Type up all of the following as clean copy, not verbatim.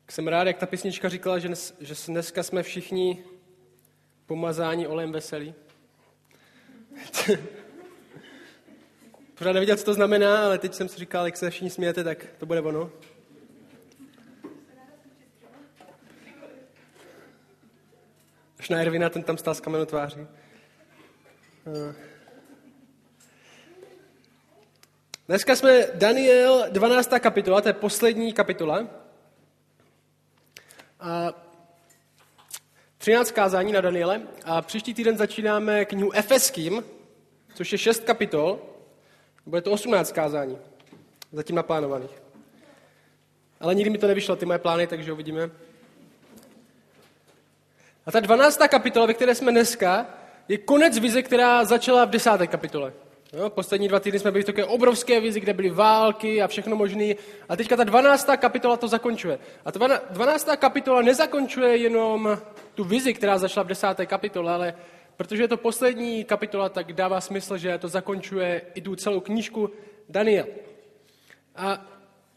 Jsem rád, jak ta písnička říkala, že dneska jsme všichni pomazáni olejem veselí. Pořád nevěděl, co to znamená, ale teď jsem si říkal, jak se všichni smějete, tak to bude ono. Až na Ervina, ten tam stál s kamenou tváří. Dneska jsme Daniel 12. kapitola, to je poslední kapitola. A 13 kázání na Daniele. A příští týden začínáme knihu Efeským, což je 6 kapitol. Bude to 18 kázání, zatím naplánovaných. Ale nikdy mi to nevyšlo, ty moje plány, takže uvidíme. A ta 12. kapitola, ve které jsme dneska, je konec vize, která začala v 10. kapitole. Jo, poslední 2 týdny jsme byli v takové obrovské vizi, kde byly války a všechno možné. A teďka ta 12. kapitola to zakončuje. A ta 12. kapitola nezakončuje jenom tu vizi, která začala v 10. kapitole, ale protože je to poslední kapitola, tak dává smysl, že to zakončuje i tu celou knížku Daniel. A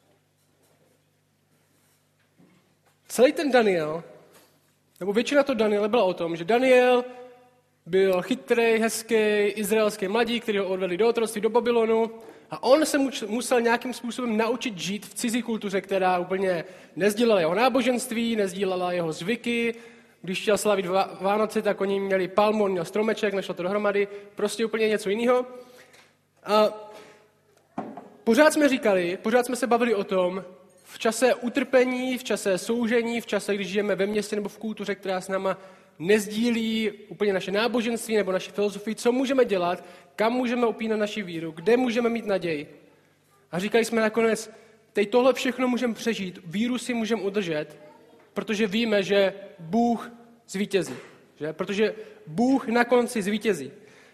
celý ten Daniel, nebo většina toho Daniele byla o tom, že Daniel byl chytrý, hezký, izraelský mladík, který ho odvedli do otroctví, do Babylonu. A on se musel nějakým způsobem naučit žít v cizí kultuře, která úplně nesdílela jeho náboženství, nesdílela jeho zvyky. Když chtěl slavit Vánoce, tak oni měli palmu, on měl stromeček, nešlo to dohromady. Prostě úplně něco jiného. A pořád jsme se bavili o tom, v čase utrpení, v čase soužení, v čase, když žijeme ve městě nebo v kultuře, která s náma nezdílí úplně naše náboženství nebo naši filozofii, co můžeme dělat, kam můžeme upínat naši víru, kde můžeme mít naději. A říkali jsme nakonec, teď tohle všechno můžeme přežít, víru si můžeme udržet, protože víme, že Bůh zvítězí. Že? Protože Bůh na konci zvítězí.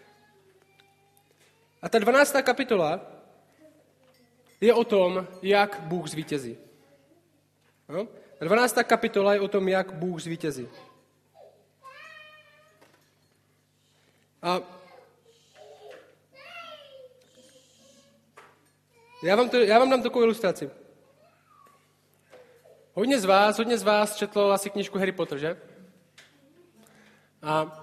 A ta 12. kapitola je o tom, jak Bůh zvítězí. No? Ta 12. kapitola je o tom, jak Bůh zvítězí. A já vám dám takovou ilustraci. Hodně z vás četlo asi knížku Harry Potter, že? A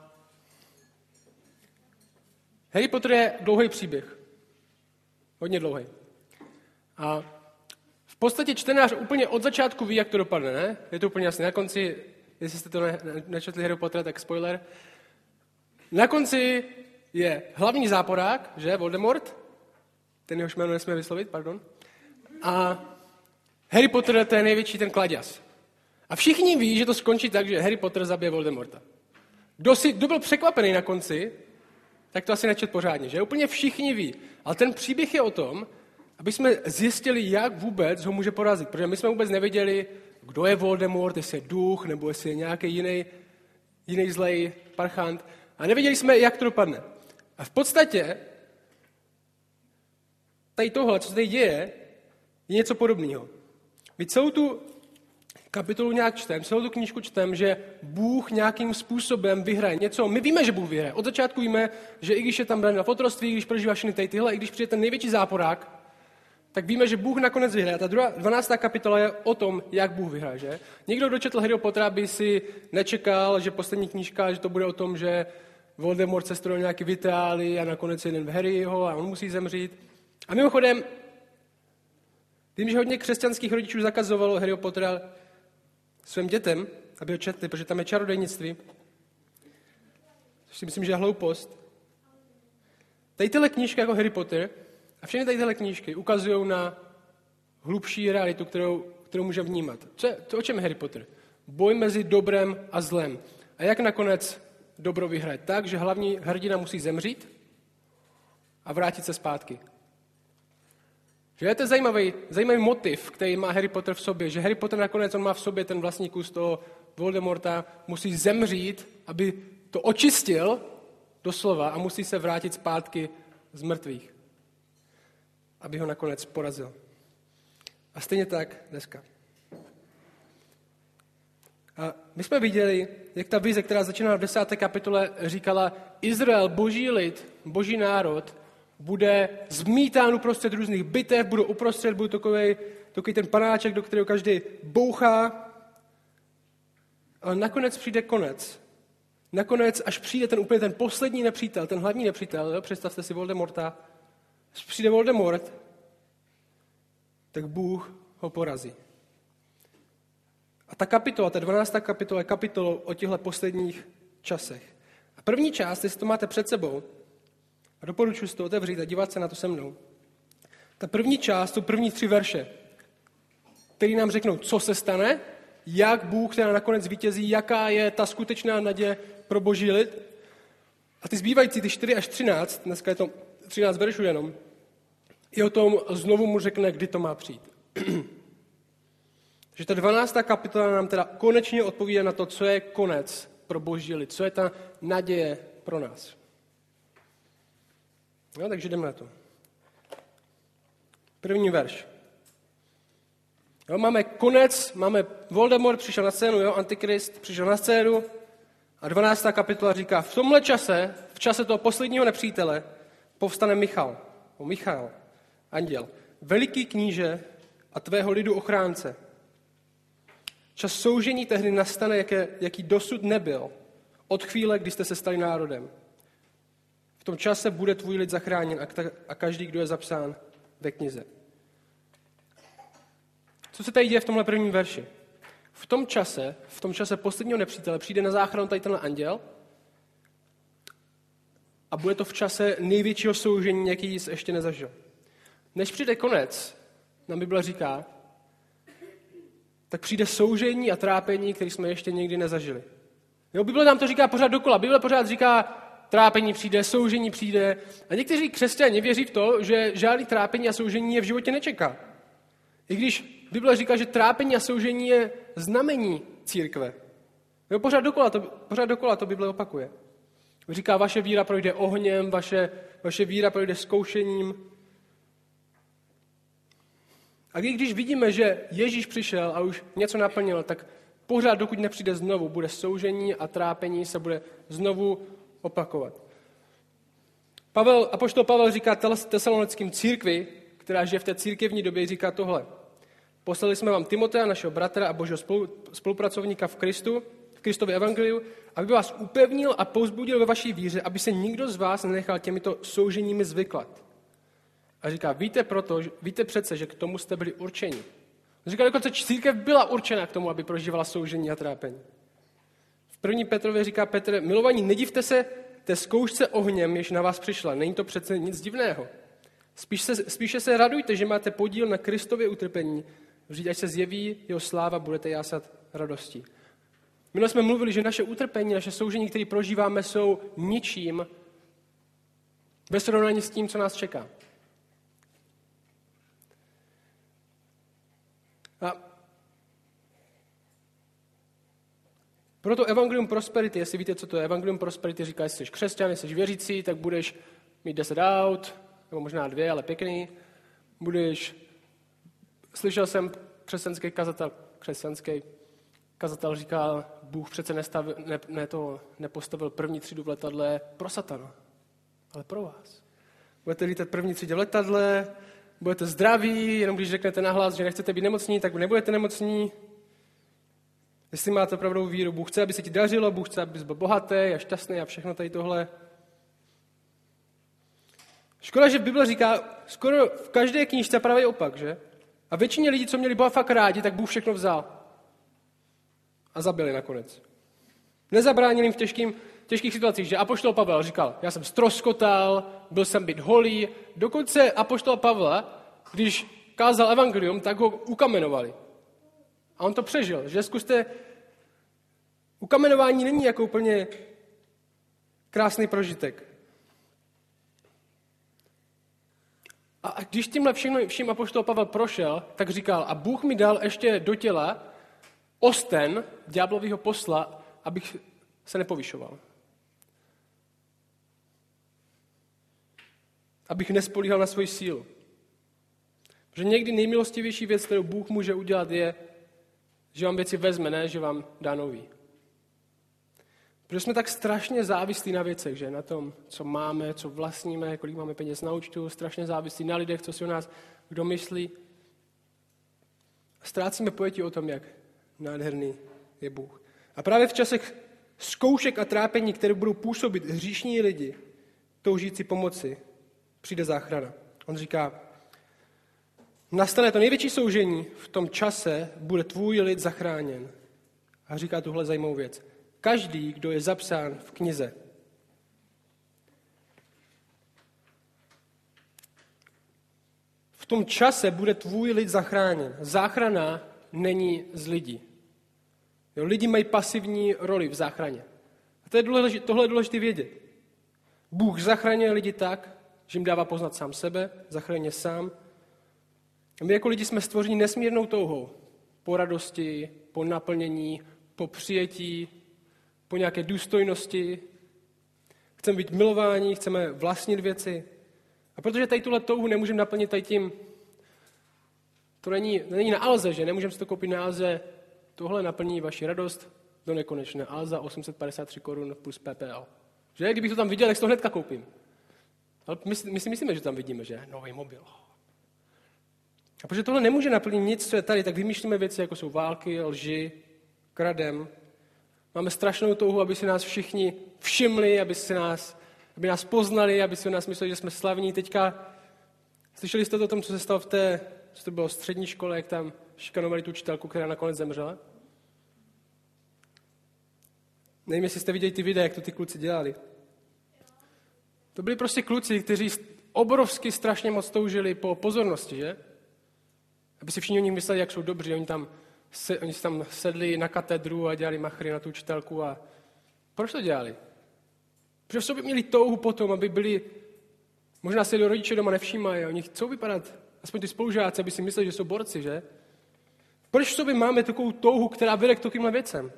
Harry Potter je dlouhý příběh. Hodně dlouhý. A v podstatě čtenář úplně od začátku ví, jak to dopadne, ne? Je to úplně jasné. Na konci, jestli jste to nečetli Harry Potter, tak spoiler. Na konci je hlavní záporák, že? Voldemort. Ten jehož jméno nesmíme vyslovit, pardon. A Harry Potter to je největší ten kladěz. A všichni ví, že to skončí tak, že Harry Potter zabije Voldemorta. Kdo byl překvapený na konci, tak to asi nečet pořádně, že? Úplně všichni ví. Ale ten příběh je o tom, aby jsme zjistili, jak vůbec ho může porazit. Protože my jsme vůbec nevěděli, kdo je Voldemort, jestli je duch, nebo jestli je nějaký jiný zlej parchant. A nevěděli jsme, jak to dopadne. A v podstatě tady tohle, co se tady děje, je něco podobného. My celou tu kapitolu nějak čtem, celou tu knížku čtem, že Bůh nějakým způsobem vyhraje něco. My víme, že Bůh vyhraje. Od začátku víme, že i když je tam Daniel v otroctví, když prožívá všechny tyhle, i když přijde ten největší záporák, tak víme, že Bůh nakonec vyhraje. Ta 12. kapitola je o tom, jak Bůh vyhraje. Že? Někdo, kdo četl Harryho Pottera, by si nečekal, že poslední knížka, že to bude o tom, že Voldemort se strojil nějaký v Itálii a nakonec jeden v Harryho a on musí zemřít. A mimochodem, vím, že hodně křesťanských rodičů zakazovalo Harryho Pottera svým dětem, aby ho četli, protože tam je čarodejnictví. Což si myslím, že je hloupost. Tady tyhle knížky jako Harry Potter a všechny tady tyhle knížky ukazují na hlubší realitu, kterou můžeme vnímat. O čem je Harry Potter? Boj mezi dobrem a zlem. A jak nakonec dobro vyhraje? Tak, že hlavní hrdina musí zemřít a vrátit se zpátky. Že je to zajímavý motiv, který má Harry Potter v sobě, že Harry Potter nakonec on má v sobě ten vlastní kus toho Voldemorta, musí zemřít, aby to očistil doslova a musí se vrátit zpátky z mrtvých, aby ho nakonec porazil. A stejně tak dneska. A my jsme viděli, jak ta vize, která začínala v 10. kapitole, říkala, Izrael, boží lid, boží národ, bude zmítán uprostřed různých bitev, budou uprostřed, bude takový ten panáček, do kterého každý bouchá Ale nakonec přijde konec. Nakonec, až přijde ten poslední nepřítel, ten hlavní nepřítel, jo? Představte si Voldemorta, až přijde Voldemort, tak Bůh ho porazí. A ta kapitola, ta 12. kapitola je kapitolou o těchto posledních časech. A první část, jestli to máte před sebou, a doporučuji si to otevřít a dívat se na to se mnou. Ta první část, jsou první 3 verše, které nám řeknou, co se stane, jak Bůh teda nakonec vítězí, jaká je ta skutečná naděje pro boží lid. A ty zbývající, ty 4 až 13, dneska je to 13 veršů jenom, i o tom znovu mu řekne, kdy to má přijít. Takže ta 12. kapitola nám teda konečně odpovídá na to, co je konec pro boží lid, co je ta naděje pro nás. No, takže jdeme na to. První verš. Jo, máme konec, máme Voldemort přišel na scénu, jo, Antikrist přišel na scénu a 12. kapitola říká, v tomhle čase, v čase toho posledního nepřítele, povstane Michal, anděl, veliký kníže a tvého lidu ochránce. Čas soužení tehdy nastane, jaký dosud nebyl, od chvíle, kdy jste se stali národem. V tom čase bude tvůj lid zachráněn a každý, kdo je zapsán ve knize. Co se tady děje v tomhle prvním verši? V tom čase posledního nepřítele přijde na záchranu tady tenhle anděl a bude to v čase největšího soužení, jaký jsi ještě nezažil. Než přijde konec, nám Bible říká, tak přijde soužení a trápení, které jsme ještě nikdy nezažili. Jo, Bible nám to říká pořád dokola. Bible pořád říká, trápení přijde, soužení přijde. A někteří křesťané věří v to, že žádný trápení a soužení je v životě nečeká. I když Bible říká, že trápení a soužení je znamení církve. Jo, pořád dokola to Bible opakuje. Říká, vaše víra projde ohněm, vaše víra projde zkoušením. A když vidíme, že Ježíš přišel a už něco naplnil, tak pořád, dokud nepřijde znovu, bude soužení a trápení se bude znovu opakovat. Apoštol Pavel říká tesalonickým církvi, která žije v té církevní době, říká tohle. Poslali jsme vám Timotea, našeho bratra a božího spolupracovníka v Kristově evangeliu, aby vás upevnil a povzbudil ve vaší víře, aby se nikdo z vás nenechal těmito souženími zvyklat. A říká, víte přece, že k tomu jste byli určeni. On říká, dokonce církev byla určena k tomu, aby prožívala soužení a trápení. V 1. Petrově říká Petr, milovaní, nedivte se té zkoušce ohněm, jež na vás přišla. Není to přece nic divného. Spíše se radujte, že máte podíl na Kristově utrpení. Vždyť až se zjeví jeho sláva, budete jásat radostí. Minule jsme mluvili, že naše utrpení, naše soužení, které prožíváme, jsou ničím ve srovnání s tím, co nás čeká. A proto Evangelium Prosperity, jestli víte, co to je, Evangelium Prosperity říká, jestli jsi křesťan, jestli jsi věřící, tak budeš mít 10 aut, nebo možná 2, ale pěkný. Slyšel jsem křesťanský kazatel říkal, Bůh přece nepostavil první třídu v letadle pro satana, ale pro vás. Budete lítat první třídě v letadle, budete zdraví, jenom když řeknete nahlas, že nechcete být nemocní, tak nebudete nemocní. Jestli máte opravdovou víru, Bůh chce, aby se ti dařilo, Bůh chce, aby jsi byl bohatý a šťastný a všechno tady tohle. Škoda, že Bible říká, skoro v každé knížce pravý opak, že? A většině lidí, co měli Boha fakt rádi, tak Bůh všechno vzal. A zabili nakonec. Nezabránili jim v těžkých situacích, že apoštol Pavel říkal, já jsem ztroskotal, byl jsem být holý. Dokonce apoštol Pavla, když kázal evangelium, tak ho ukamenovali. A on to přežil, že zkuste, ukamenování není jako úplně krásný prožitek. A když tímhle vším apoštol Pavel prošel, tak říkal, a Bůh mi dal ještě do těla osten ďáblovýho posla, abych se nepovyšoval. Abych nespolíhal na svoji sílu. Protože někdy nejmilostivější věc, kterou Bůh může udělat, je, že vám věci vezme, ne, že vám dá nový. Protože jsme tak strašně závislí na věcech, že? Na tom, co máme, co vlastníme, kolik máme peněz na účtu, strašně závislí na lidech, co si o nás kdo myslí. A ztrácíme pojetí o tom, jak nádherný je Bůh. A právě v časech zkoušek a trápení, které budou působit hříšní lidi, toužící pomoci, přijde záchrana. On říká, nastane to největší soužení, v tom čase bude tvůj lid zachráněn. A říká tuhle zajímavou věc. Každý, kdo je zapsán v knize. V tom čase bude tvůj lid zachráněn. Záchrana není z lidí. Jo, lidi mají pasivní roli v záchraně. A tohle je důležité vědět. Bůh zachraňuje lidi tak, že jim dává poznat sám sebe, zachraňuje sám. A my jako lidi jsme stvořeni nesmírnou touhou. Po radosti, po naplnění, po přijetí, po nějaké důstojnosti. Chceme být milováni, chceme vlastnit věci. A protože tady tuhle touhu nemůžeme naplnit tady tím, to není na Alze, že? Nemůžeme si to koupit na Alze, tohle naplní vaši radost do nekonečna. Alza 853 korun plus PPL. Že? Kdybych to tam viděl, tak si to hnedka koupím. Ale my si myslíme, že tam vidíme, že? Nový mobil. A protože tohle nemůže naplnit nic, co je tady, tak vymýšlíme věci, jako jsou války, lži, kradem. Máme strašnou touhu, aby si nás všichni všimli, aby nás poznali, aby si o nás mysleli, že jsme slavní. Teďka slyšeli jste to o tom, co se stalo co to bylo v střední škole, jak tam šikanovali tu učitelku, která nakonec zemřela? Nevím, jestli jste viděli ty videa, jak to ty kluci dělali. To byli prostě kluci, kteří obrovsky strašně moc toužili po pozornosti, že? Aby si všichni o nich mysleli, jak jsou dobří. Oni si tam sedli na katedru a dělali machry na tu učitelku. A proč to dělali? Protože v sobě měli touhu potom, aby byli, možná se rodiče doma nevšímají, oni chcou vypadat, aspoň ty spolužáci, aby si mysleli, že jsou borci, že? Proč v sobě máme takovou touhu, která vede k takovýmhle věcem?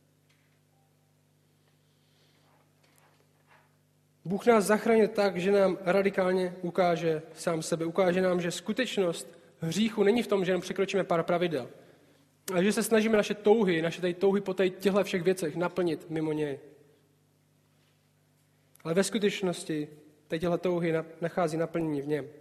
Bůh nás zachraňuje tak, že nám radikálně ukáže sám sebe. Ukáže nám, že skutečnost hříchu není v tom, že jenom překročíme pár pravidel, ale že se snažíme naše touhy po těchto všech věcech naplnit mimo něj. Ale ve skutečnosti těchto touhy nachází naplnění v něm.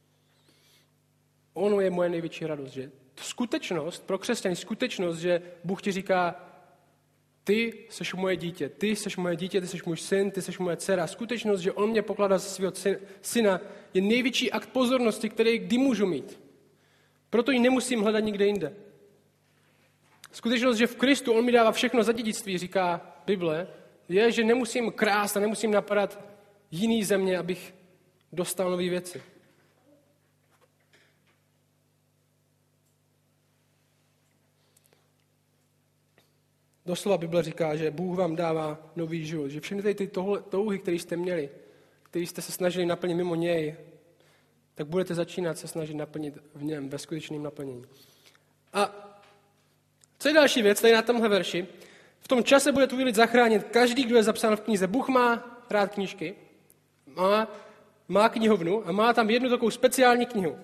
Ono je moje největší radost, že? Skutečnost, pro křesťany, skutečnost, že Bůh ti říká, ty seš moje dítě, ty seš můj syn, ty seš moje dcera. Skutečnost, že on mě pokládá za svého syna, je největší akt pozornosti, který kdy můžu mít. Proto ji nemusím hledat nikde jinde. Skutečnost, že v Kristu on mi dává všechno za dědictví, říká Bible, je, že nemusím krást a nemusím napadat jiný země, abych dostal nové věci. Doslova Bible říká, že Bůh vám dává nový život, že všechny ty touhy, které jste měli, které jste se snažili naplnit mimo něj, tak budete začínat se snažit naplnit v něm, ve skutečném naplnění. A co je další věc, tady na tomhle verši? V tom čase bude tvůj lid zachránit každý, kdo je zapsán v knize. Bůh má rád knížky, má knihovnu a má tam jednu takovou speciální knihu,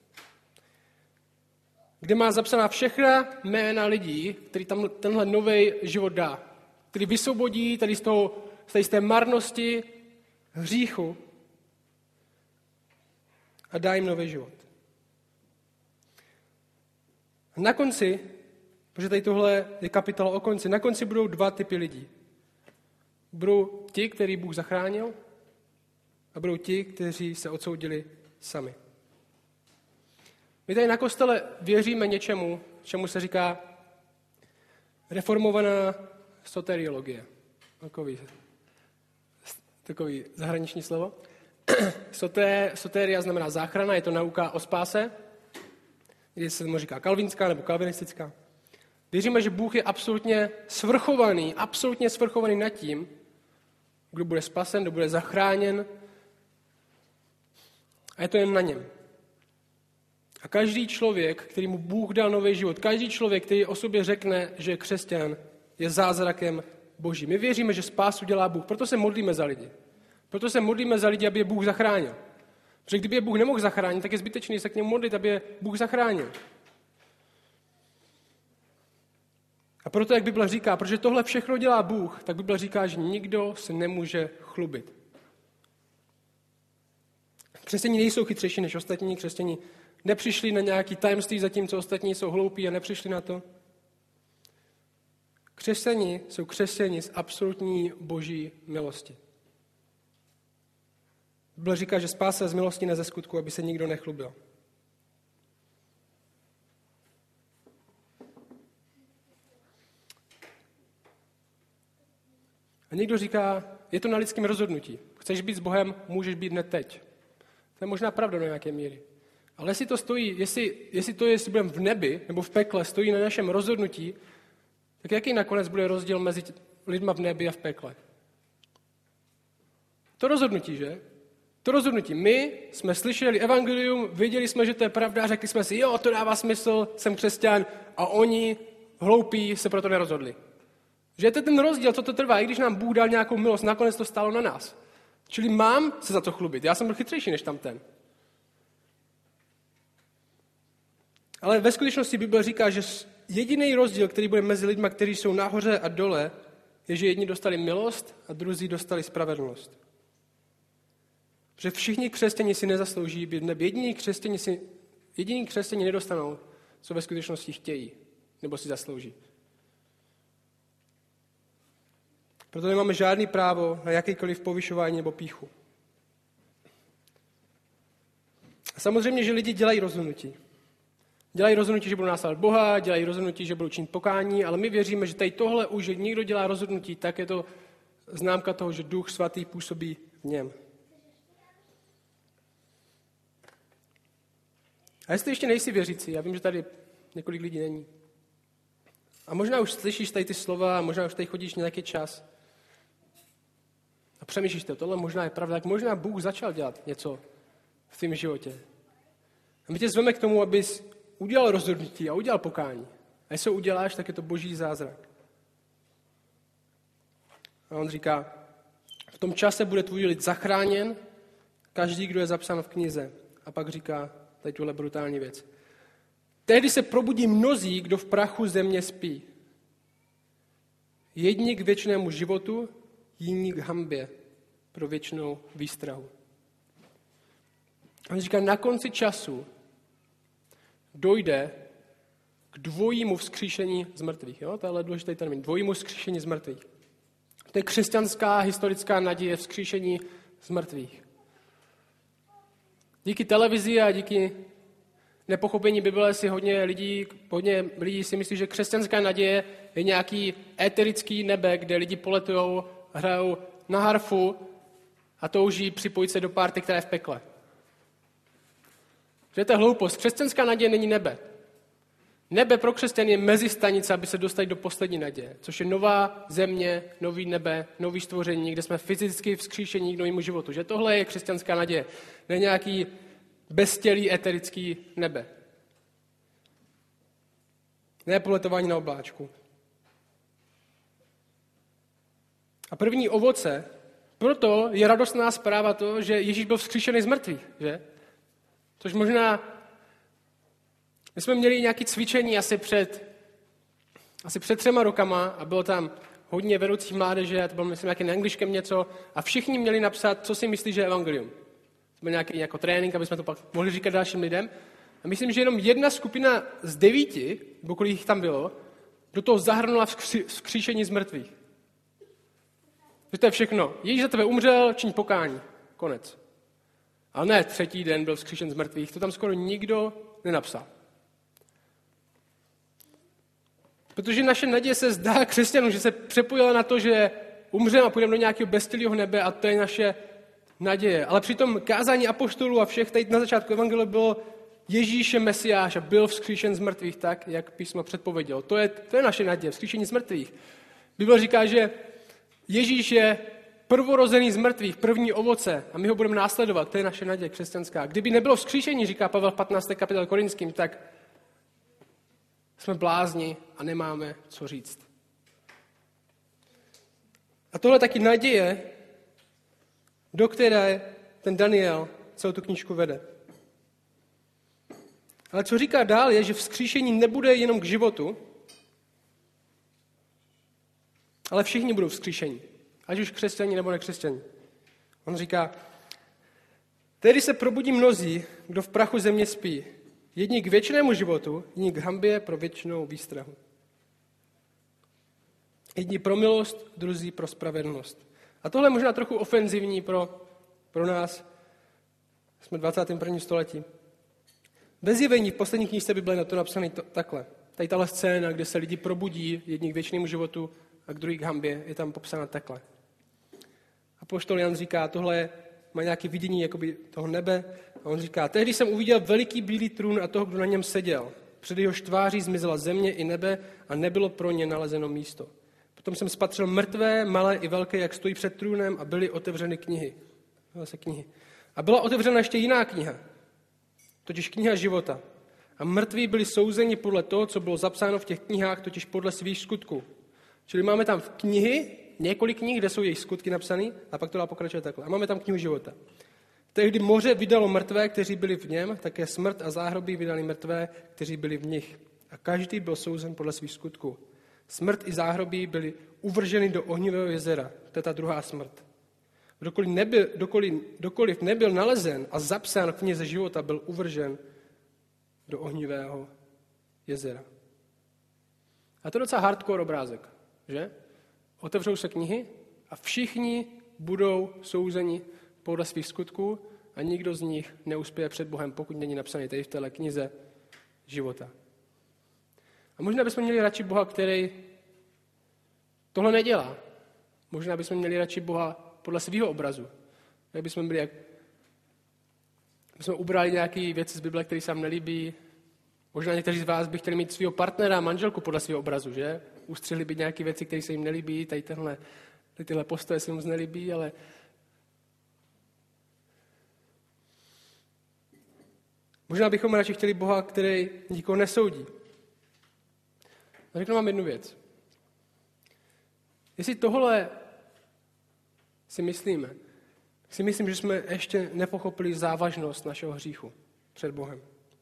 kde má zapsaná všechna jména lidí, který tam tenhle nový život dá, který vysvobodí tady z té marnosti, hříchu a dá jim nový život. A na konci, protože tady tohle je kapitola o konci, na konci budou dva typy lidí. Budou ti, který Bůh zachránil, a budou ti, kteří se odsoudili sami. My tady na kostele věříme něčemu, čemu se říká reformovaná soteriologie. Takový zahraniční slovo. Soteria znamená záchrana, je to nauka o spáse, kdy se tomu říká kalvínská nebo kalvinistická. Věříme, že Bůh je absolutně svrchovaný nad tím, kdo bude spasen, kdo bude zachráněn. A je to jen na něm. A každý člověk, který mu Bůh dal nový život, každý člověk, který o sobě řekne, že je křesťan, je zázrakem Boží. My věříme, že spásu dělá Bůh, proto se modlíme za lidi. Proto se modlíme za lidi, aby je Bůh zachránil. Protože kdyby je Bůh nemohl zachránit, tak je zbytečný se k němu modlit, aby je Bůh zachránil. A proto, jak Bible říká, protože tohle všechno dělá Bůh, tak Bible říká, že nikdo se nemůže chlubit. Křesťané nejsou chytřejší než ostatní, křesťané nepřišli na nějaké tajemství, zatímco ostatní jsou hloupí a nepřišli na to. Křesťani jsou křesťani z absolutní boží milosti. Bible říká, že spása z milosti, ne ze skutku, aby se nikdo nechlubil. A někdo říká, je to na lidském rozhodnutí. Chceš být s Bohem, můžeš být hned teď. To je možná pravda do nějaké míry. Ale jestli to stojí, jestli budeme v nebi nebo v pekle, stojí na našem rozhodnutí, tak jaký nakonec bude rozdíl mezi lidma v nebi a v pekle? To rozhodnutí, že? To rozhodnutí. My jsme slyšeli evangelium, věděli jsme, že to je pravda, a řekli jsme si, jo, to dává smysl, jsem křesťan, a oni, hloupí, se proto nerozhodli. Že to je ten rozdíl, co to trvá, i když nám Bůh dal nějakou milost, nakonec to stálo na nás. Čili mám se za to chlubit. Já jsem byl chytřejší než tamten. Ale ve skutečnosti Bible říká, že jediný rozdíl, který bude mezi lidmi, kteří jsou nahoře a dole, je, že jedni dostali milost a druzí dostali spravedlnost. Protože všichni křesťani si nezaslouží být v nebi. Jediní křesťani nedostanou, co ve skutečnosti chtějí, nebo si zaslouží. Proto nemáme žádný právo na jakýkoliv povyšování nebo pýchu. A samozřejmě, že lidi dělají rozhodnutí. Dělají rozhodnutí, že budou následovat Boha, dělají rozhodnutí, že budou činit pokání, ale my věříme, že tady tohle už, že někdo dělá rozhodnutí, tak je to známka toho, že Duch Svatý působí v něm. A jestli ještě nejsi věřící, já vím, že tady několik lidí není. A možná už slyšíš tady ty slova, možná už tady chodíš nějaký čas. A přemýšlíš to, tohle možná je pravda, tak možná Bůh začal dělat něco v tvém životě. A my tě zveme k tomu, abys udělal rozhodnutí a udělal pokání. A jestli ho uděláš, tak je to boží zázrak. A on říká, v tom čase bude tvůj lid zachráněn, každý, kdo je zapsán v knize. A pak říká tady tuhle brutální věc. Tehdy se probudí mnozí, kdo v prachu země spí. Jedni k věčnému životu, jiní k hanbě pro věčnou výstrahu. On říká, na konci času dojde k dvojímu vzkříšení z mrtvých. Jo? To je důležitý termín. Dvojímu vzkříšení z mrtvých. To je křesťanská historická naděje vzkříšení z mrtvých. Díky televizi a díky nepochopení Bible si hodně lidí si myslí, že křesťanská naděje je nějaký éterický nebe, kde lidi poletujou, hrajou na harfu a touží připojit se do párty, která je v pekle. Že to je hloupost. Křesťanská naděje není nebe. Nebe pro křesťany je mezistanice, aby se dostali do poslední naděje, což je nová země, nový nebe, nový stvoření, kde jsme fyzicky vzkříšení k novému životu. Že tohle je křesťanská naděje, ne nějaký beztělý eterický nebe. Ne poletování na obláčku. A první ovoce, proto je radostná zpráva to, že Ježíš byl vzkříšený z mrtvých, že? Což možná, my jsme měli nějaké cvičení asi před 3 rokama a bylo tam hodně vedoucích mládeže, a to bylo myslím nějaký na angličkém něco a všichni měli napsat, co si myslí, že je evangelium. To byl nějaký jako trénink, aby jsme to pak mohli říkat dalším lidem. A myslím, že jenom jedna skupina z 9, nebo kolik jich tam bylo, do toho zahrnula vzkříšení z mrtvých. Že to je všechno. Ježíš za tebe umřel, čiň pokání. Konec. Ale ne, 3. den byl vzkříšen z mrtvých. To tam skoro nikdo nenapsal. Protože naše naděje se zdá křesťanům, že se přepojila na to, že umřeme a půjdeme do nějakého beztělého nebe a to je naše naděje. Ale přitom kázání apoštolů a všech tady na začátku evangelia bylo Ježíš je Mesiáš a byl vzkříšen z mrtvých tak, jak písmo předpovědělo. To je naše naděje, vzkříšení z mrtvých. Bible říká, že Ježíš je prvorozený z mrtvých, první ovoce a my ho budeme následovat. To je naše naděje křesťanská. Kdyby nebylo vzkříšení, říká Pavel v 15. kapitole Korinským, tak jsme blázni a nemáme co říct. A tohle taky naděje, do které ten Daniel celou tu knížku vede. Ale co říká dál je, že vzkříšení nebude jenom k životu, ale všichni budou vzkříšení. Ať už křesťani nebo nekřesťani. On říká, tedy se probudí mnozí, kdo v prachu země spí. Jedni k věčnému životu, jiní k hanbě pro věčnou výstrahu. Jedni pro milost, druzí pro spravedlnost. A tohle je možná trochu ofenzivní pro nás. Jsme v 21. století. Ve Zjevení v poslední knížce Bible je na to napsané takhle. Tady tahle scéna, kde se lidi probudí, jedni k věčnému životu a k druhý k hanbě, je tam popsána takhle. Apoštol Jan říká, tohle má nějaké vidění jakoby toho nebe. A on říká, tehdy jsem uviděl veliký bílý trůn a toho, kdo na něm seděl. Před jehož tváří zmizela země i nebe a nebylo pro ně nalezeno místo. Potom jsem spatřil mrtvé, malé i velké, jak stojí před trůnem a byly otevřeny knihy. A byla otevřena ještě jiná kniha, totiž kniha života. A mrtví byli souzeni podle toho, co bylo zapsáno v těch knihách, totiž podle svých skutků. Čili máme tam knihy, několik knih, kde jsou jejich skutky napsané, a pak to dá pokračovat takhle. A máme tam knihu života. Tehdy moře vydalo mrtvé, kteří byli v něm, také smrt a záhrobí vydali mrtvé, kteří byli v nich. A každý byl souzen podle svých skutků. Smrt i záhrobí byly uvrženy do ohnivého jezera. To je ta druhá smrt. Dokoliv nebyl nalezen a zapsán v knize života, byl uvržen do ohnivého jezera. A to je docela hardcore obrázek, že? Otevřou se knihy a všichni budou souzeni podle svých skutků a nikdo z nich neuspěje před Bohem, pokud není napsaný tady v téhle knize života. A možná bychom měli radši Boha, který tohle nedělá. Možná bychom měli radši Boha podle svého obrazu. Jak bychom ubrali nějaké věci z Bible, které se nám nelíbí. Možná někteří z vás by chtěli mít svého partnera, manželku podle svého obrazu, že? Ustřihli by nějaké věci, které se jim nelíbí, tady tyhle postoje se jim moc nelíbí, ale možná bychom radši chtěli Boha, který nikoho nesoudí. A řeknu vám jednu věc. Jestli tohle si myslíme, si myslím, že jsme ještě nepochopili závažnost našeho hříchu před Bohem.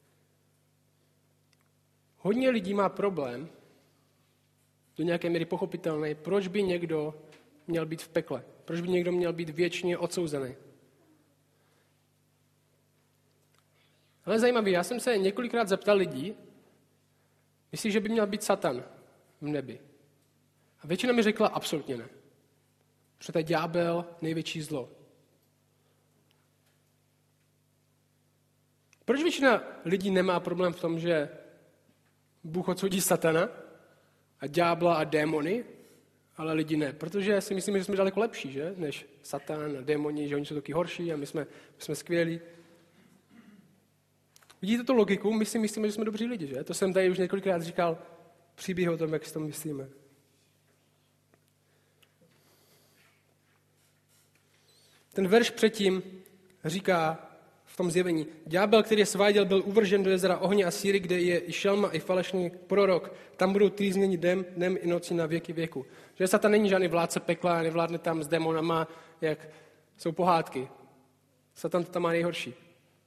Hodně lidí má problém, do nějaké míry pochopitelný, proč by někdo měl být v pekle, proč by někdo měl být věčně odsouzený. Ale zajímavý, já jsem se několikrát zeptal lidí, myslíš, že by měl být Satan v nebi? A většina mi řekla absolutně ne. Protože to je ďábel, největší zlo. Proč většina lidí nemá problém v tom, že Bůh odsoudí Satana a ďábla a démony, ale lidi ne? Protože si myslíme, že jsme daleko lepší, že? Než Satan a démoni, že oni jsou taky horší a my jsme skvělí. Vidíte tu logiku? My si myslíme, že jsme dobří lidi, že? To jsem tady už několikrát říkal příběh o tom, jak si to myslíme. Ten verš předtím říká v tom Zjevení, ďábel, který je sváděl, byl uvržen do jezera ohně a síry, kde je i šelma, i falešný prorok. Tam budou trýzněni dnem i noci na věky věku. Že Satan není žádný vládce pekla, nevládne tam s démonama, jak jsou pohádky. Satan to tam má nejhorší.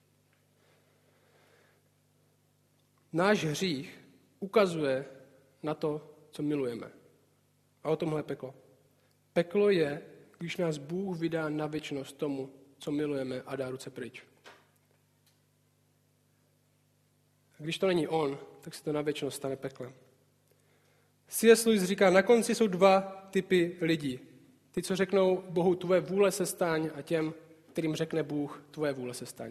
Náš hřích ukazuje na to, co milujeme. A o tomhle je peklo. Peklo je, když nás Bůh vydá na věčnost tomu, co milujeme a dá ruce pryč. A když to není on, tak se to na věčnost stane peklem. C.S. Lewis říká, na konci jsou dva typy lidí. Ty, co řeknou Bohu, tvoje vůle se staň, a těm, kterým řekne Bůh, tvoje vůle se staň.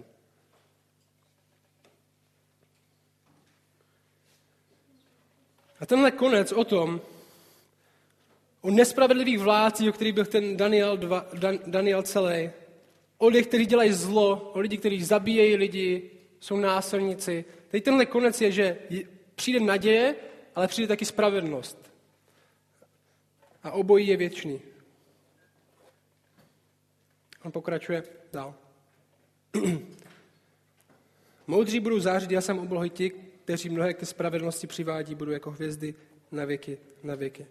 A tenhle konec o nespravedlivých vládcích, o kterých byl ten Daniel celý, o lidech, kteří dělají zlo, o lidí, kteří zabíjejí lidi, jsou násilníci. Teď tenhle konec je, že přijde naděje, ale přijde taky spravedlnost. A obojí je věčný. On pokračuje dál. Moudří budou zářit jasem oblohy ti, kteří mnohé k té spravedlnosti přivádí, budou jako hvězdy na věky, na věky.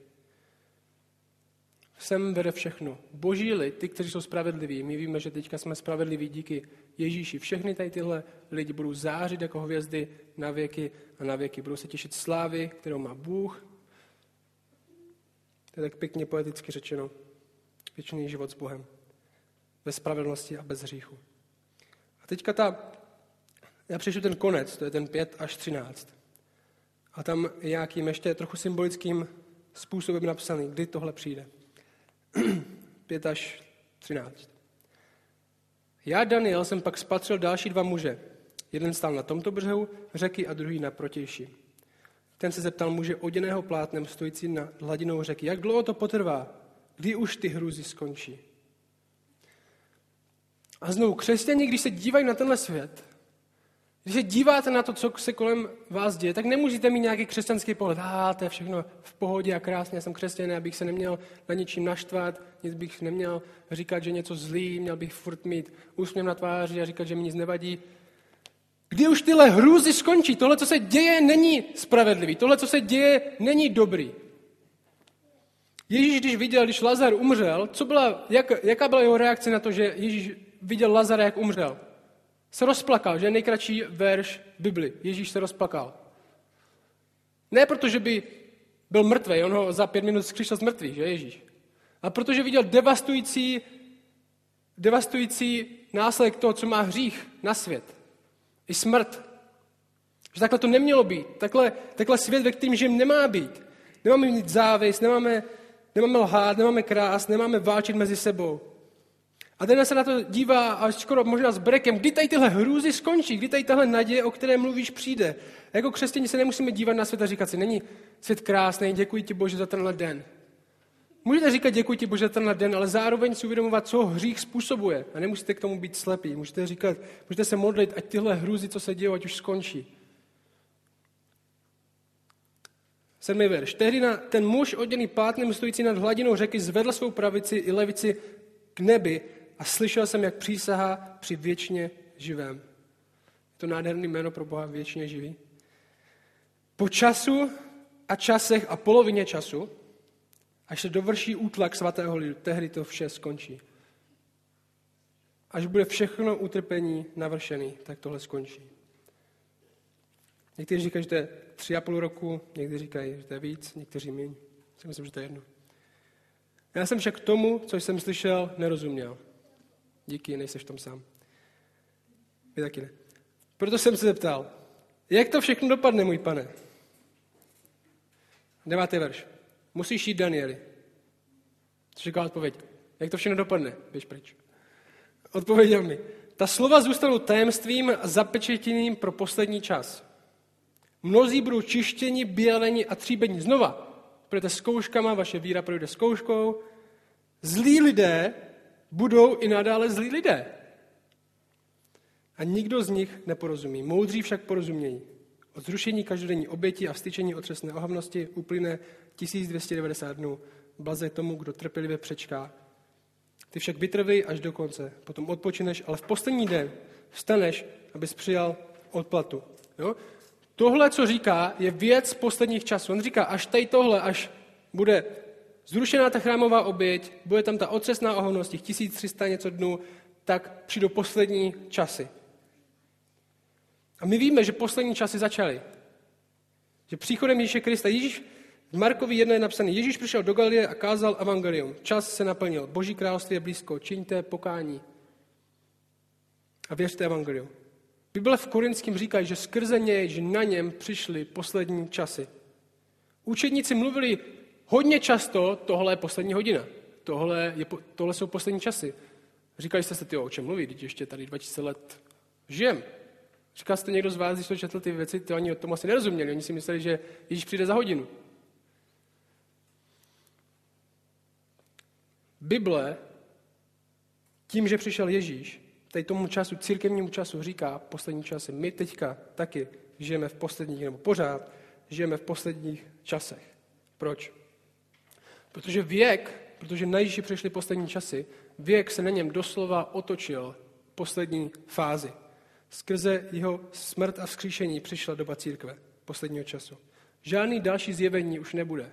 Sem vede všechno. Boží lid, ty, kteří jsou spravedliví, my víme, že teďka jsme spravedliví díky Ježíši. Všechny tady tyhle lidi budou zářit jako hvězdy na věky a na věky. Budou se těšit slávy, kterou má Bůh. To je tak pěkně poeticky řečeno. Věčný život s Bohem. Bez spravedlnosti a bez hříchu. A teďka já přečtu ten konec, to je ten 5 až 13. A tam je nějakým ještě trochu symbolickým způsobem napsaný, kdy tohle přijde. 5 až 13. Já, Daniel, jsem pak spatřil další 2 muže. Jeden stál na tomto břehu řeky a druhý na protějším. Ten se zeptal muže oděného plátnem stojící nad hladinou řeky, jak dlouho to potrvá, kdy už ty hrůzy skončí. A znovu, křesťané, když se dívají na tenhle svět, když se díváte na to, co se kolem vás děje, tak nemůžete mít nějaký křesťanský pohled. To je všechno v pohodě a krásně, já jsem křesťan, abych se neměl na ničím naštvat, nic bych neměl říkat, že něco zlý, měl bych furt mít úsměv na tváři a říkat, že mi nic nevadí. Kdy už tyhle hrůzy skončí, tohle, co se děje, není spravedlivý, tohle, co se děje, není dobrý. Ježíš, když Lazar umřel, jaká byla jeho reakce na to, že Ježíš viděl Lazara, jak umřel? Se rozplakal, že je nejkratší verš v Bibli. Ježíš se rozplakal. Ne proto, že by byl mrtvý, on ho za 5 minut vzkříšel z mrtvých, že Ježíš? A protože viděl devastující následek toho, co má hřích na svět. I smrt. Že takhle to nemělo být. Takhle svět, ve kterým žijeme, nemá být. Nemáme mít závist, nemáme lhát, nemáme krást, nemáme válčit mezi sebou. A ten se na to dívá až skoro možná s brekem, kdy tady tyhle hrůzy skončí, kdy tady tahle naděje, o které mluvíš, přijde. A jako křesťané se nemusíme dívat na svět a říkat si, není svět krásný, děkuji ti Bože za tenhle den. Můžete říkat děkuji ti Bože za tenhle den, ale zároveň si uvědomovat, co hřích způsobuje. A nemusíte k tomu být slepí. Můžete se modlit, ať tyhle hrůzy, co se dějí, ať už skončí. 7. verš. Tehdy ten muž oděný plátnem stojící nad hladinou řeky zvedl svou pravici i levici k nebi a slyšel jsem, jak přísahá při věčně živém. Je to nádherný jméno pro Boha, věčně živý. Po času a časech a polovině času, až se dovrší útlak svatého lidu, tehdy to vše skončí. Až bude všechno utrpení navršený, tak tohle skončí. Někteří říkají, že to je 3,5 roku, někteří říkají, že to je víc, někteří míň. Já myslím, že to je jedno. Já jsem však tomu, co jsem slyšel, nerozuměl. Díky, nejseš v tom sám. Vy taky ne. Proto jsem se zeptal, jak to všechno dopadne, můj pane? 9. verš. Musíš jít, Danieli. Říká odpověď. Jak to všechno dopadne? Běž pryč. Odpověděl mi. Ta slova zůstanou tajemstvím a zapečetěním pro poslední čas. Mnozí budou čištěni, běleni a tříbení. Znova. Budete zkouškama, vaše víra projde zkouškou. Zlí lidé budou i nadále zlí lidé. A nikdo z nich neporozumí. Moudří však porozumějí. Od zrušení každodenní oběti a vstyčení otřesné ohavnosti uplyne 1290 dnů. Blaze tomu, kdo trpělivě přečká. Ty však vytrvej až do konce. Potom odpočineš, ale v poslední den vstaneš, abys přijal odplatu. Jo? Tohle, co říká, je věc posledních časů. On říká, až tady tohle, až bude zrušená ta chrámová oběť, bude tam ta otřesná ohavnost, těch 1300 něco dnů, tak přijdou poslední časy. A my víme, že poslední časy začaly. Že příchodem Ježíše Krista, v Markovi 1 je napsaný, Ježíš přišel do Galileje a kázal evangelium. Čas se naplnil, Boží království je blízko, čiňte pokání a věřte evangelium. Bible v Korinským říkají, že skrze něj, že na něm přišly poslední časy. Učedníci mluvili hodně často, tohle je poslední hodina, tohle jsou poslední časy. Říkali jste se, o čem mluví, když ještě tady 2000 let žijem. Říkal jste někdo z vás, když to četl ty věci, to oni o tom asi nerozuměli. Oni si mysleli, že Ježíš přijde za hodinu. Bible tím, že přišel Ježíš, tady tomu času, církevnímu času říká poslední časy. My teďka taky žijeme v posledních, nebo pořád žijeme v posledních časech. Proč? Protože na Ježíši přišly poslední časy, věk se na něm doslova otočil poslední fázi. Skrze jeho smrt a vzkříšení přišla doba církve, posledního času. Žádný další zjevení už nebude.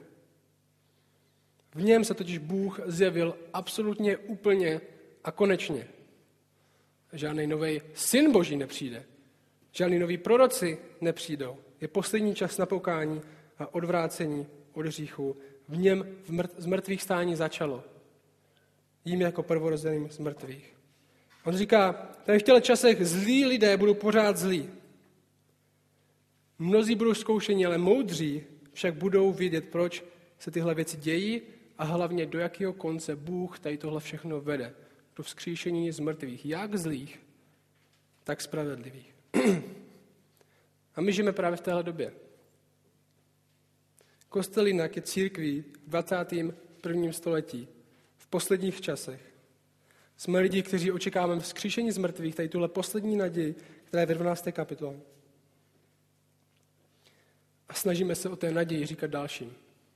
V něm se totiž Bůh zjevil absolutně, úplně a konečně. Žádný nový syn Boží nepřijde. Žádný noví proroci nepřijdou. Je poslední čas na pokání a odvrácení od hříchu. V něm z mrtvých stání začalo. Jím jako prvorozeným z mrtvých. On říká, tady v těchto časech zlí lidé budou pořád zlí. Mnozí budou zkoušeni, ale moudří však budou vědět, proč se tyhle věci dějí a hlavně do jakého konce Bůh tady tohle všechno vede. Do vzkříšení z mrtvých, jak zlých, tak spravedlivých. A my žijeme právě v téhle době. Kostel Jinak je církví v 21. století, v posledních časech. Jsme lidi, kteří očekáváme vzkříšení z mrtvých, tady tuhle poslední naději, která je ve 12. kapitole. A snažíme se o té naději říkat dalším.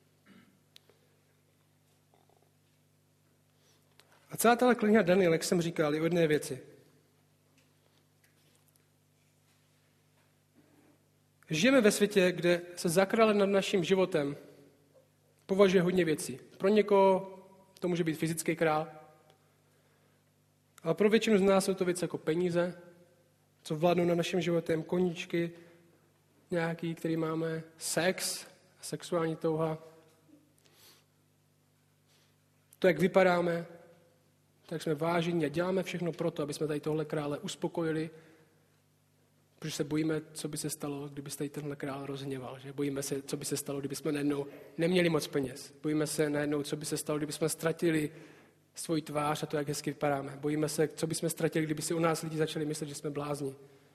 A celá tahle kniha Daniel, jak jsem říkal, je o jedné věci. Žijeme ve světě, kde se za krále nad naším životem považuje hodně věcí. Pro někoho to může být fyzický král, ale pro většinu z nás jsou to věci jako peníze, co vládnou nad naším životem, koníčky, nějaký, který máme, sex, sexuální touha, to, jak vypadáme, to, jak jsme vážení a děláme všechno proto, aby jsme tady tohle krále uspokojili, protože se bojíme, co by se stalo, kdyby se tady tenhle král rozhněval. Že? Bojíme se, co by se stalo, kdyby jsme najednou neměli moc peněz. Bojíme se najednou, co by se stalo, kdyby jsme ztratili svoji tvář a to, jak hezky vypadáme. Bojíme se, co by jsme ztratili, kdyby si u nás lidi začali myslet, že jsme blázni.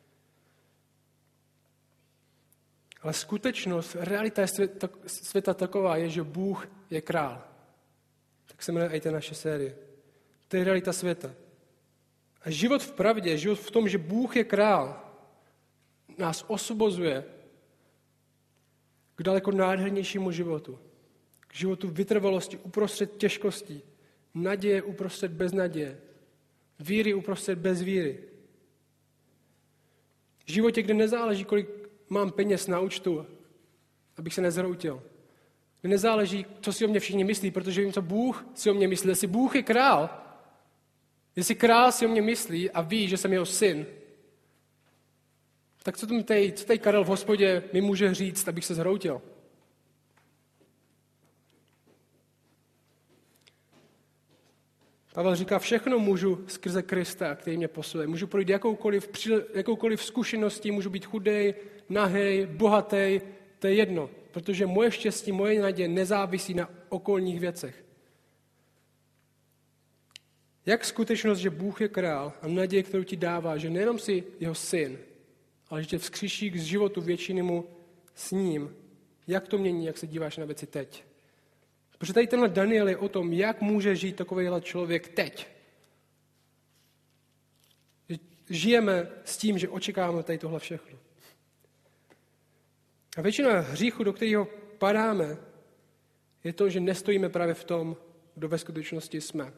Ale skutečnost, realita světa taková je, že Bůh je král. Tak se jmenuje i ta naše série. To je realita světa. A život v pravdě, život v tom, že Bůh je král, nás osvobozuje k daleko nádhernějšímu životu. K životu vytrvalosti uprostřed těžkostí, naděje uprostřed beznaděje, víry uprostřed bezvíry. V životě, kde nezáleží, kolik mám peněz na účtu, abych se nezhroutil. Kde nezáleží, co si o mě všichni myslí, protože vím, co Bůh si o mě myslí. Jestli Bůh je král, jestli král si o mě myslí a ví, že jsem jeho syn, tak co tady Karel v hospodě mi může říct, abych se zhroutil? Pavel říká, všechno můžu skrze Krista, který mě posiluje. Můžu projít jakoukoliv zkušeností, můžu být chudej, nahej, bohatý, to je jedno, protože moje štěstí, moje naděje nezávisí na okolních věcech. Jak skutečnost, že Bůh je král a naděje, kterou ti dává, že nejenom si jeho syn, ale že tě vzkříší k životu většinému s ním, jak to mění, jak se díváš na věci teď. Protože tady tenhle Daniel je o tom, jak může žít takovýhle člověk teď. Žijeme s tím, že očekáváme tady tohle všechno. A většina hříchu, do kterého padáme, je to, že nestojíme právě v tom, kdo ve skutečnosti jsme.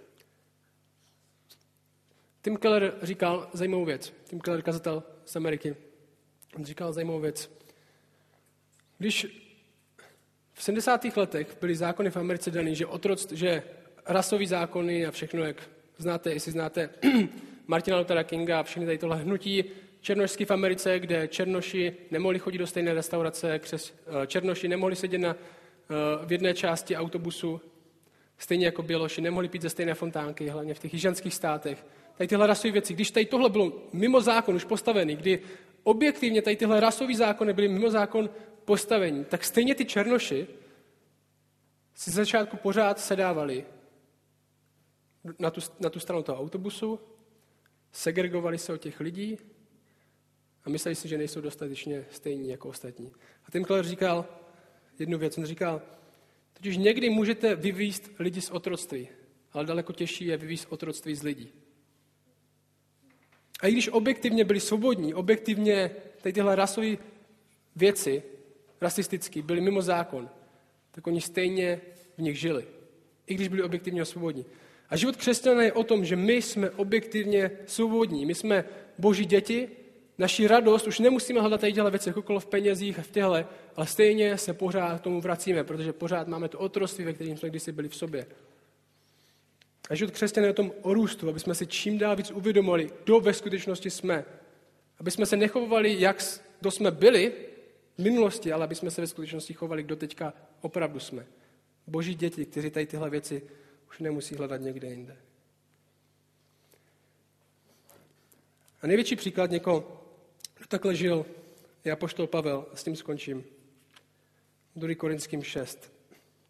Tim Keller říkal zajímavou věc. Tim Keller, kazatel z Ameriky, on říkal zajímavou věc. Když v 70. letech byly zákony v Americe daný, že rasový zákony a všechno, jak znáte, jestli znáte Martina Luthera Kinga a všechny tady tohle hnutí černošský v Americe, kde černoši nemohli chodit do stejné restaurace, černoši nemohli sedět v jedné části autobusu, stejně jako běloši, nemohli pít ze stejné fontánky, hlavně v těch jižanských státech. Tady tyhle rasové věci, když tady tohle bylo mimo zákon už postavený, kdy objektivně tady tyhle rasové zákony byly mimo zákon postavení, tak stejně ty černoši si z začátku pořád sedávali na tu stranu toho autobusu, segregovali se od těch lidí a mysleli si, že nejsou dostatečně stejní jako ostatní. A Tim Keller říkal jednu věc, on říkal, totiž někdy můžete vyvízt lidi z otroctví, ale daleko těžší je vyvízt otroctví z lidí. A i když objektivně byli svobodní, objektivně tady tyhle rasové věci, rasistický, byli mimo zákon, tak oni stejně v nich žili. I když byli objektivně svobodní. A život křesťana je o tom, že my jsme objektivně svobodní. My jsme Boží děti, naši radost už nemusíme hledat tady dělat věci jakoukoliv v penězích a v těhle, ale stejně se pořád tomu vracíme, protože pořád máme to otroctví, ve kterém jsme kdysi byli v sobě. A život křesťana je o tom o růstu, aby jsme si čím dál víc uvědomili, kdo ve skutečnosti jsme. Aby jsme se nechovali, jak kdo jsme byli v minulosti, ale aby jsme se ve skutečnosti chovali, kdo teďka opravdu jsme. Boží děti, kteří tady tyhle věci už nemusí hledat někde jinde. A největší příklad někoho, kdo takhle žil, je apoštol Pavel, a s tím skončím. 2. Korinským 6.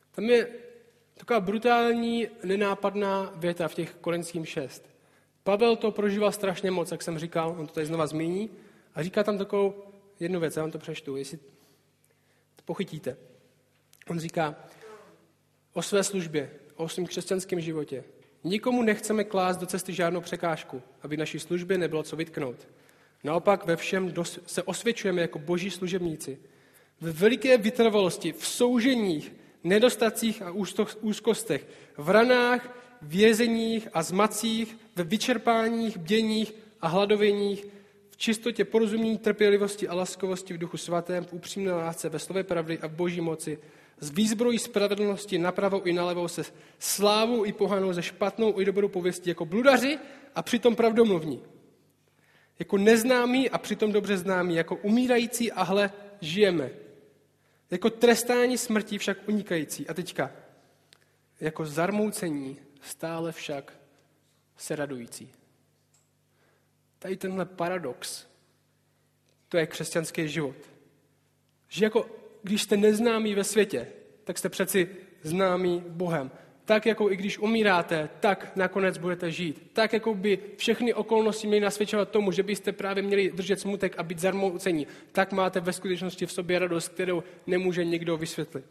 Tam je taková brutální, nenápadná věta v těch Korinským 6. Pavel to prožíval strašně moc, jak jsem říkal, on to tady znova zmíní, a říká tam takovou jednu věc, já vám to přečtu, jestli to pochytíte. On říká o své službě, o svém křesťanském životě. Nikomu nechceme klást do cesty žádnou překážku, aby naší službě nebylo co vytknout. Naopak ve všem se osvědčujeme jako boží služebníci. Ve veliké vytrvalosti, v souženích, nedostatcích a úzkostech, v ranách, vězeních a zmacích, ve vyčerpáních, bděních a hladověních, v čistotě porozumění, trpělivosti a laskovosti v duchu svatém, v upřímné lásce, ve slově pravdy a v boží moci, s výzbrojí spravedlnosti napravo i nalevo, se slávou i pohanou, se špatnou i dobrou pověstí, jako bludaři a přitom pravdomluvní. Jako neznámí a přitom dobře známí, jako umírající a hle, žijeme. Jako trestání smrtí však unikající. A teďka, jako zarmoucení, stále však se radující. Tady tenhle paradox, to je křesťanský život. Že jako, když jste neznámí ve světě, tak jste přeci známí Bohem. Tak jako i když umíráte, tak nakonec budete žít. Tak jako by všechny okolnosti měly nasvědčovat tomu, že byste právě měli držet smutek a být zarmoucení. Tak máte ve skutečnosti v sobě radost, kterou nemůže nikdo vysvětlit.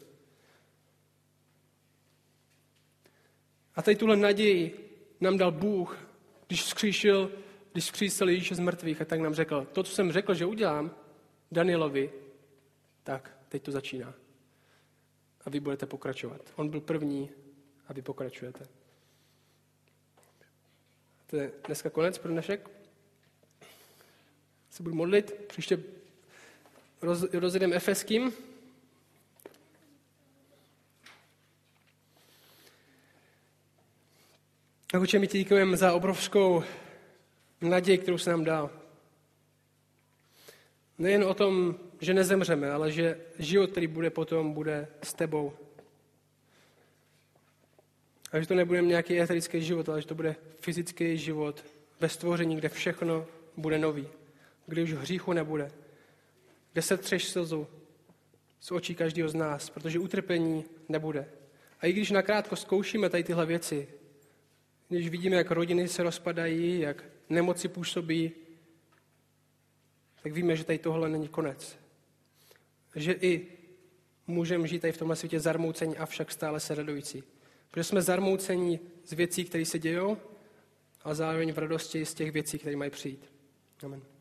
A tady tuhle naději nám dal Bůh, když vzkřísil Ježíše z mrtvých a tak nám řekl, to, co jsem řekl, že udělám Danielovi, tak teď to začíná. A vy budete pokračovat. On byl první a vy pokračujete. To je dneska konec pro dnešek. Se budu modlit. Příště rozjedeme Efeským. A Otče, my ti děkujeme za obrovskou naději, kterou se nám dal. Nejen o tom, že nezemřeme, ale že život, který bude potom, bude s tebou. A že to nebude nějaký eterický život, ale že to bude fyzický život ve stvoření, kde všechno bude nový. Kde už hříchu nebude. Kde se třeš slzu z očí každého z nás, protože utrpení nebude. A i když nakrátko zkoušíme tady tyhle věci, když vidíme, jak rodiny se rozpadají, jak nemoci působí, tak víme, že tady tohle není konec. Že i můžeme žít tady v tomhle světě zarmoucení, avšak stále se radující. Protože jsme zarmoucení z věcí, které se dějou, a zároveň v radosti z těch věcí, které mají přijít. Amen.